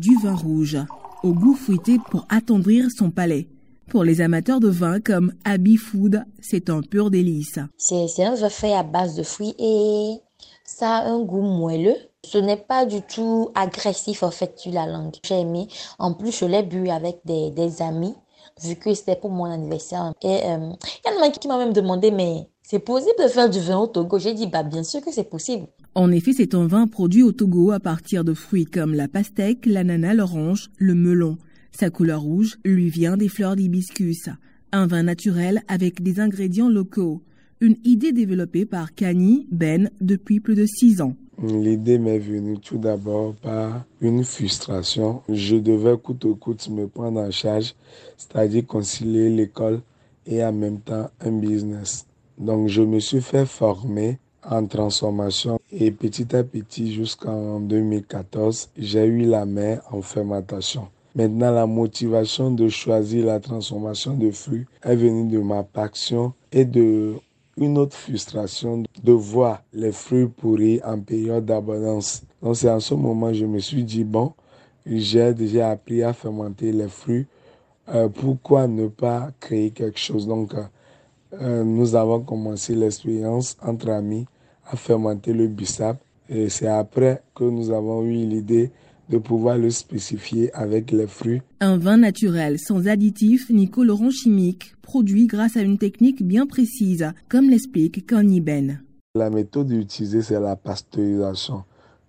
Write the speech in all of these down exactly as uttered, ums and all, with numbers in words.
du vin rouge, au goût fruité pour attendrir son palais. Pour les amateurs de vin comme Abbey Food, c'est un pur délice. C'est, c'est un vin fait à base de fruits et ça a un goût moelleux. Ce n'est pas du tout agressif en fait sur la langue. J'ai aimé. En plus, je l'ai bu avec des, des amis, vu que c'était pour mon anniversaire. Et il euh, y en a qui m'a même demandé, mais c'est possible de faire du vin au Togo? J'ai dit, bah bien sûr que c'est possible. En effet, c'est un vin produit au Togo à partir de fruits comme la pastèque, l'ananas, l'orange, le melon. Sa couleur rouge lui vient des fleurs d'hibiscus. Un vin naturel avec des ingrédients locaux. Une idée développée par Kani Ben depuis plus de six ans. L'idée m'est venue tout d'abord par une frustration. Je devais coûte que coûte me prendre en charge, c'est-à-dire concilier l'école et en même temps un business. Donc je me suis fait former en transformation et petit à petit jusqu'en deux mille quatorze, j'ai eu la main en fermentation. Maintenant, la motivation de choisir la transformation de fruits est venue de ma passion et de une autre frustration de voir les fruits pourris en période d'abondance. Donc c'est en ce moment que je me suis dit, bon, j'ai déjà appris à fermenter les fruits, euh, pourquoi ne pas créer quelque chose? Donc euh, nous avons commencé l'expérience entre amis à fermenter le bissap et c'est après que nous avons eu l'idée de pouvoir le spécifier avec les fruits. Un vin naturel, sans additifs ni colorants chimiques, produit grâce à une technique bien précise, comme l'explique Kani Ben. La méthode utilisée, c'est la pasteurisation.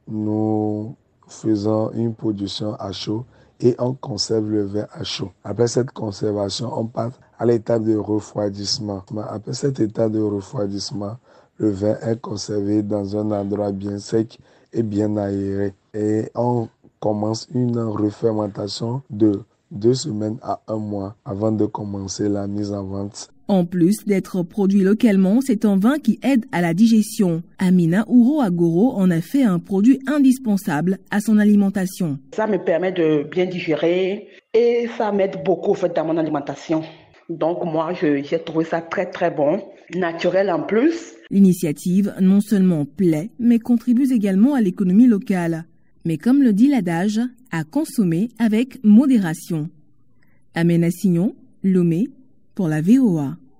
Nous faisons une production à chaud et on conserve le vin à chaud. Après cette conservation, on passe à l'étape de refroidissement. Après cette étape de refroidissement, le vin est conservé dans un endroit bien sec et bien aéré. Et on commence une refermentation de deux semaines à un mois avant de commencer la mise en vente. En plus d'être produit localement, c'est un vin qui aide à la digestion. Amina Ouro Agoro en a fait un produit indispensable à son alimentation. Ça me permet de bien digérer et ça m'aide beaucoup en fait, dans mon alimentation. Donc moi, je, j'ai trouvé ça très très bon, naturel en plus. L'initiative non seulement plaît, mais contribue également à l'économie locale. Mais comme le dit l'adage, à consommer avec modération. Amena Signon, Lomé, pour la V O A.